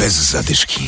Bez zadyszki.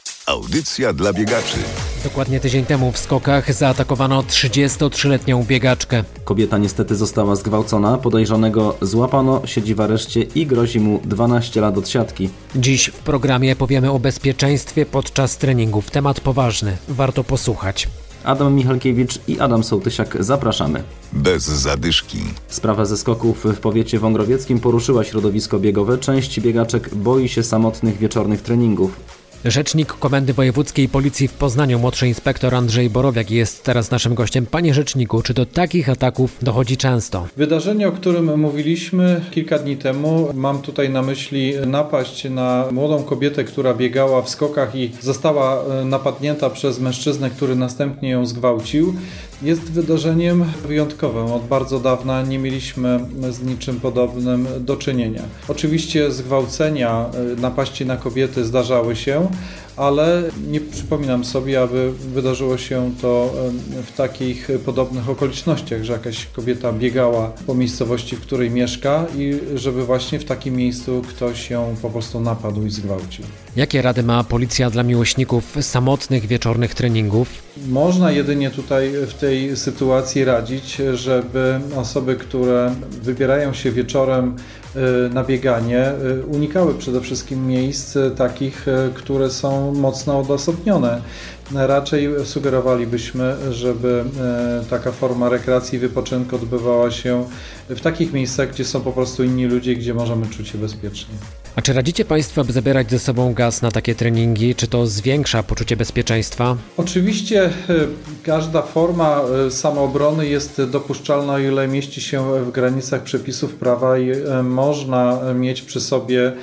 Audycja dla biegaczy. Dokładnie tydzień temu w skokach zaatakowano 33-letnią biegaczkę. Kobieta niestety została zgwałcona, podejrzanego złapano, siedzi w areszcie i grozi mu 12 lat od siatki. Dziś w programie powiemy o bezpieczeństwie podczas treningów. Temat poważny, warto posłuchać. Adam Michalkiewicz i Adam Sołtysiak, zapraszamy. Bez zadyszki. Sprawa ze skoków w powiecie wągrowieckim poruszyła środowisko biegowe. Część biegaczek boi się samotnych wieczornych treningów. Rzecznik Komendy Wojewódzkiej Policji w Poznaniu, młodszy inspektor Andrzej Borowiak jest teraz naszym gościem. Panie rzeczniku, czy do takich ataków dochodzi często? Wydarzenie, o którym mówiliśmy kilka dni temu, mam tutaj na myśli napaść na młodą kobietę, która biegała w skokach i została napadnięta przez mężczyznę, który następnie ją zgwałcił. Jest wydarzeniem wyjątkowym. Od bardzo dawna nie mieliśmy z niczym podobnym do czynienia. Oczywiście zgwałcenia, napaści na kobiety zdarzały się, ale nie przypominam sobie, aby wydarzyło się to w takich podobnych okolicznościach, że jakaś kobieta biegała po miejscowości, w której mieszka i żeby właśnie w takim miejscu ktoś ją po prostu napadł i zgwałcił. Jakie rady ma policja dla miłośników samotnych wieczornych treningów? Można jedynie tutaj w tej sytuacji radzić, żeby osoby, które wybierają się wieczorem na bieganie, unikały przede wszystkim miejsc takich, które są mocno odosobnione. Raczej sugerowalibyśmy, żeby taka forma rekreacji i wypoczynku odbywała się w takich miejscach, gdzie są po prostu inni ludzie, gdzie możemy czuć się bezpiecznie. A czy radzicie Państwo, aby zabierać ze sobą gaz na takie treningi? Czy to zwiększa poczucie bezpieczeństwa? Oczywiście każda forma samoobrony jest dopuszczalna, o ile mieści się w granicach przepisów prawa i można mieć przy sobie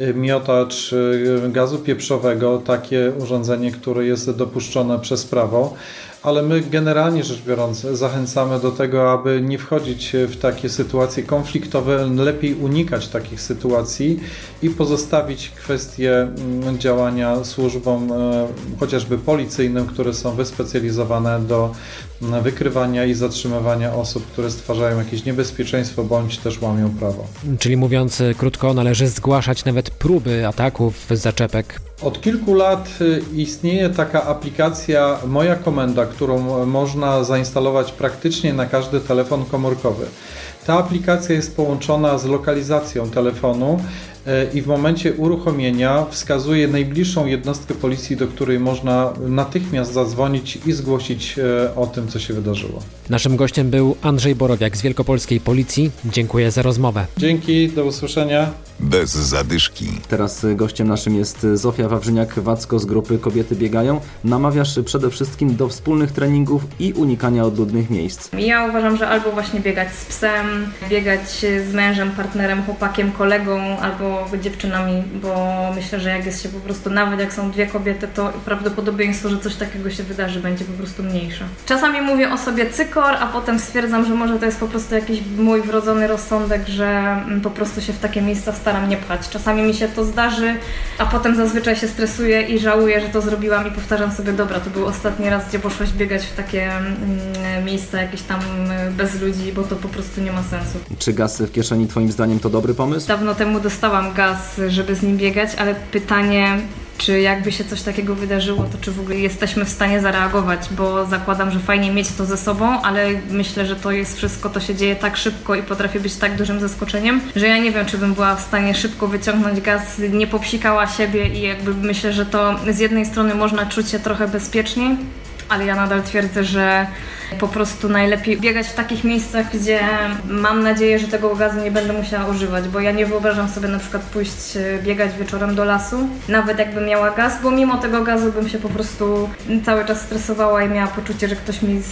miotacz gazu pieprzowego, takie urządzenie, które jest dopuszczone przez prawo. Ale my generalnie rzecz biorąc zachęcamy do tego, aby nie wchodzić w takie sytuacje konfliktowe, lepiej unikać takich sytuacji i pozostawić kwestie działania służbom chociażby policyjnym, które są wyspecjalizowane do wykrywania i zatrzymywania osób, które stwarzają jakieś niebezpieczeństwo bądź też łamią prawo. Czyli mówiąc krótko, należy zgłaszać nawet próby ataków, zaczepek. Od kilku lat istnieje taka aplikacja Moja Komenda, którą można zainstalować praktycznie na każdy telefon komórkowy. Ta aplikacja jest połączona z lokalizacją telefonu i w momencie uruchomienia wskazuje najbliższą jednostkę policji, do której można natychmiast zadzwonić i zgłosić o tym, co się wydarzyło. Naszym gościem był Andrzej Borowiak z Wielkopolskiej Policji. Dziękuję za rozmowę. Dzięki, do usłyszenia. Bez zadyszki. Teraz gościem naszym jest Zofia Wawrzyniak-Wacko z grupy Kobiety Biegają. Namawiasz przede wszystkim do wspólnych treningów i unikania odludnych miejsc. Ja uważam, że albo właśnie biegać z psem, biegać z mężem, partnerem, chłopakiem, kolegą, albo dziewczynami, bo myślę, że jak jest się po prostu, nawet jak są dwie kobiety, to prawdopodobieństwo, że coś takiego się wydarzy, będzie po prostu mniejsze. Czasami mówię o sobie cykor, a potem stwierdzam, że może to jest po prostu jakiś mój wrodzony rozsądek, że po prostu się w takie miejsca staram nie pchać. Czasami mi się to zdarzy, a potem zazwyczaj się stresuję i żałuję, że to zrobiłam i powtarzam sobie, dobra, to był ostatni raz, gdzie poszłaś biegać w takie miejsca jakieś tam bez ludzi, bo to po prostu nie ma sensu. Czy gaz w kieszeni twoim zdaniem to dobry pomysł? Dawno temu dostałam gaz, żeby z nim biegać, ale pytanie, czy jakby się coś takiego wydarzyło, to czy w ogóle jesteśmy w stanie zareagować, bo zakładam, że fajnie mieć to ze sobą, ale myślę, że to jest wszystko, to się dzieje tak szybko i potrafi być tak dużym zaskoczeniem, że ja nie wiem, czy bym była w stanie szybko wyciągnąć gaz, nie popsikała siebie i jakby myślę, że to z jednej strony można czuć się trochę bezpieczniej, ale ja nadal twierdzę, że po prostu najlepiej biegać w takich miejscach, gdzie mam nadzieję, że tego gazu nie będę musiała używać, bo ja nie wyobrażam sobie na przykład pójść biegać wieczorem do lasu, nawet jakbym miała gaz, bo mimo tego gazu bym się po prostu cały czas stresowała i miała poczucie, że ktoś mi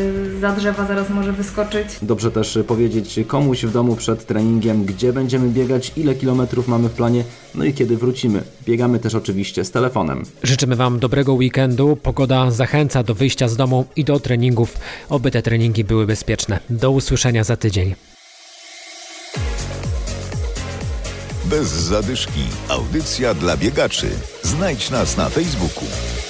za drzewa zaraz może wyskoczyć. Dobrze też powiedzieć komuś w domu przed treningiem, gdzie będziemy biegać, ile kilometrów mamy w planie, no i kiedy wrócimy. Biegamy też oczywiście z telefonem. Życzymy Wam dobrego weekendu. Pogoda zachęca do wyjścia z domu i do treningów. Oby te treningi były bezpieczne. Do usłyszenia za tydzień. Bez zadyszki. Audycja dla biegaczy. Znajdź nas na Facebooku.